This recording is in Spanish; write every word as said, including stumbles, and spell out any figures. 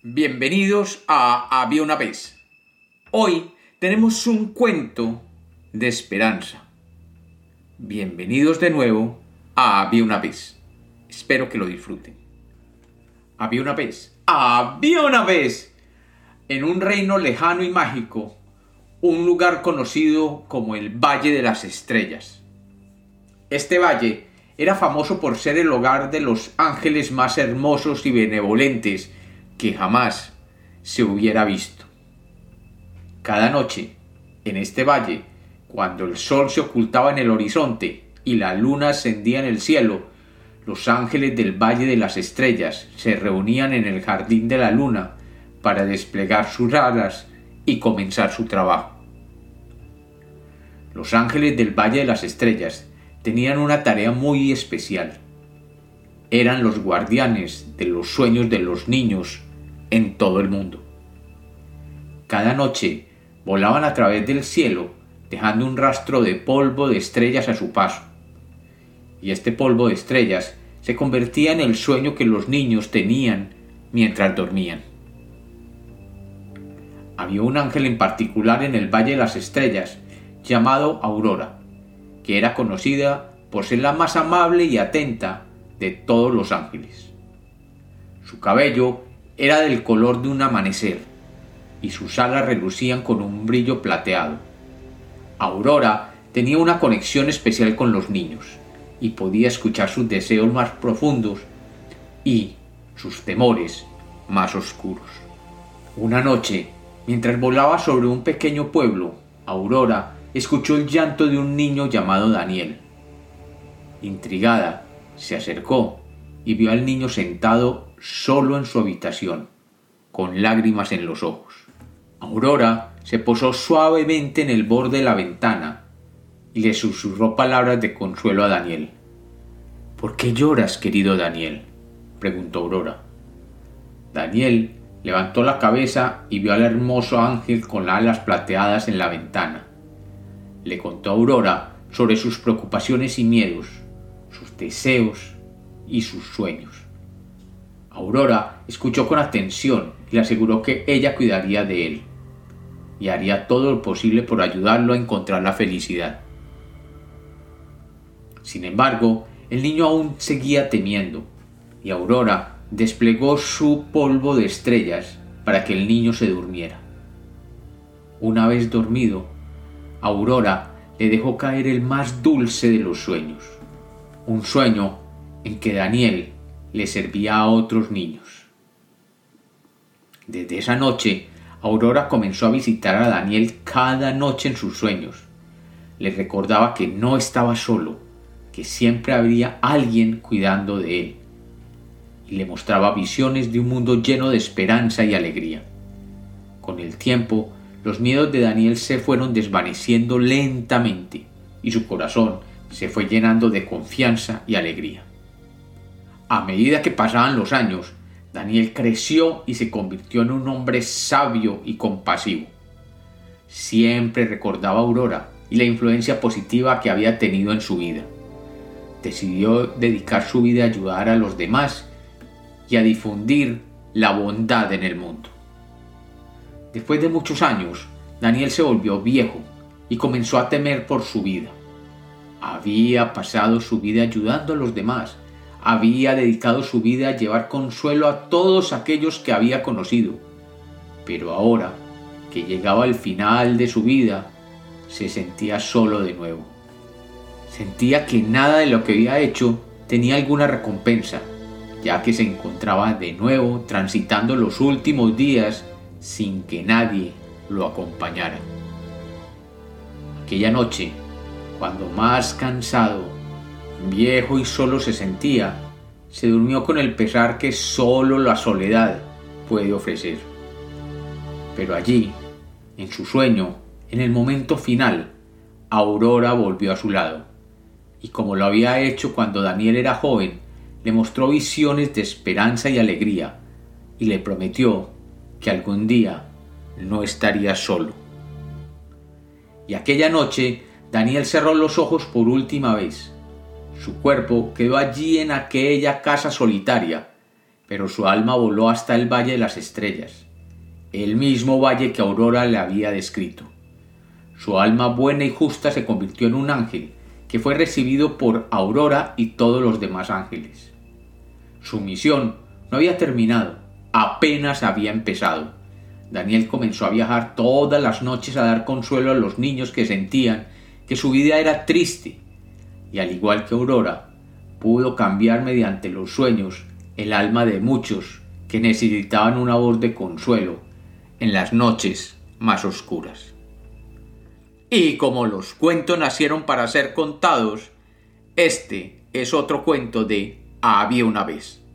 Bienvenidos a Había una vez. Hoy tenemos un cuento de esperanza. Bienvenidos de nuevo a Había una vez. Espero que lo disfruten. Había una vez. Había una vez. En un reino lejano y mágico, un lugar conocido como el Valle de las Estrellas. Este valle era famoso por ser el hogar de los ángeles más hermosos y benevolentes que jamás se hubiera visto. Cada noche, en este valle, cuando el sol se ocultaba en el horizonte y la luna ascendía en el cielo, los ángeles del Valle de las Estrellas se reunían en el jardín de la luna para desplegar sus alas y comenzar su trabajo. Los ángeles del Valle de las Estrellas tenían una tarea muy especial. Eran los guardianes de los sueños de los niños en todo el mundo. Cada noche volaban a través del cielo, dejando un rastro de polvo de estrellas a su paso. Y este polvo de estrellas se convertía en el sueño que los niños tenían mientras dormían. Había un ángel en particular en el Valle de las Estrellas, llamado Aurora, que era conocida por ser la más amable y atenta de todos los ángeles. Su cabello era del color de un amanecer y sus alas relucían con un brillo plateado. Aurora tenía una conexión especial con los niños y podía escuchar sus deseos más profundos y sus temores más oscuros. Una noche, mientras volaba sobre un pequeño pueblo, Aurora escuchó el llanto de un niño llamado Daniel. Intrigada, se acercó y vio al niño sentado solo en su habitación, con lágrimas en los ojos. Aurora se posó suavemente en el borde de la ventana y le susurró palabras de consuelo a Daniel. ¿Por qué lloras, querido Daniel?, preguntó Aurora. Daniel levantó la cabeza y vio al hermoso ángel con las alas plateadas en la ventana. Le contó a Aurora sobre sus preocupaciones y miedos, sus deseos y sus sueños. Aurora escuchó con atención y le aseguró que ella cuidaría de él y haría todo lo posible por ayudarlo a encontrar la felicidad. Sin embargo, el niño aún seguía temiendo y Aurora desplegó su polvo de estrellas para que el niño se durmiera. Una vez dormido, Aurora le dejó caer el más dulce de los sueños, un sueño en que Daniel le servía a otros niños. Desde esa noche, Aurora comenzó a visitar a Daniel cada noche en sus sueños. Le recordaba que no estaba solo, que siempre habría alguien cuidando de él, y le mostraba visiones de un mundo lleno de esperanza y alegría. Con el tiempo, los miedos de Daniel se fueron desvaneciendo lentamente, y su corazón se fue llenando de confianza y alegría. A medida que pasaban los años, Daniel creció y se convirtió en un hombre sabio y compasivo. Siempre recordaba a Aurora y la influencia positiva que había tenido en su vida. Decidió dedicar su vida a ayudar a los demás y a difundir la bondad en el mundo. Después de muchos años, Daniel se volvió viejo y comenzó a temer por su vida. Había pasado su vida ayudando a los demás. Había dedicado su vida a llevar consuelo a todos aquellos que había conocido. Pero ahora, que llegaba al final de su vida, se sentía solo de nuevo. Sentía que nada de lo que había hecho tenía alguna recompensa, ya que se encontraba de nuevo transitando los últimos días sin que nadie lo acompañara. Aquella noche, cuando más cansado, viejo y solo se sentía, se durmió con el pesar que solo la soledad puede ofrecer. Pero allí, en su sueño, en el momento final, Aurora volvió a su lado, y como lo había hecho cuando Daniel era joven, le mostró visiones de esperanza y alegría, y le prometió que algún día no estaría solo. Y aquella noche, Daniel cerró los ojos por última vez. Su cuerpo quedó allí en aquella casa solitaria, pero su alma voló hasta el Valle de las Estrellas, el mismo valle que Aurora le había descrito. Su alma buena y justa se convirtió en un ángel, que fue recibido por Aurora y todos los demás ángeles. Su misión no había terminado, apenas había empezado. Daniel comenzó a viajar todas las noches a dar consuelo a los niños que sentían que su vida era triste, y al igual que Aurora, pudo cambiar mediante los sueños el alma de muchos que necesitaban una voz de consuelo en las noches más oscuras. Y como los cuentos nacieron para ser contados, este es otro cuento de Había una vez.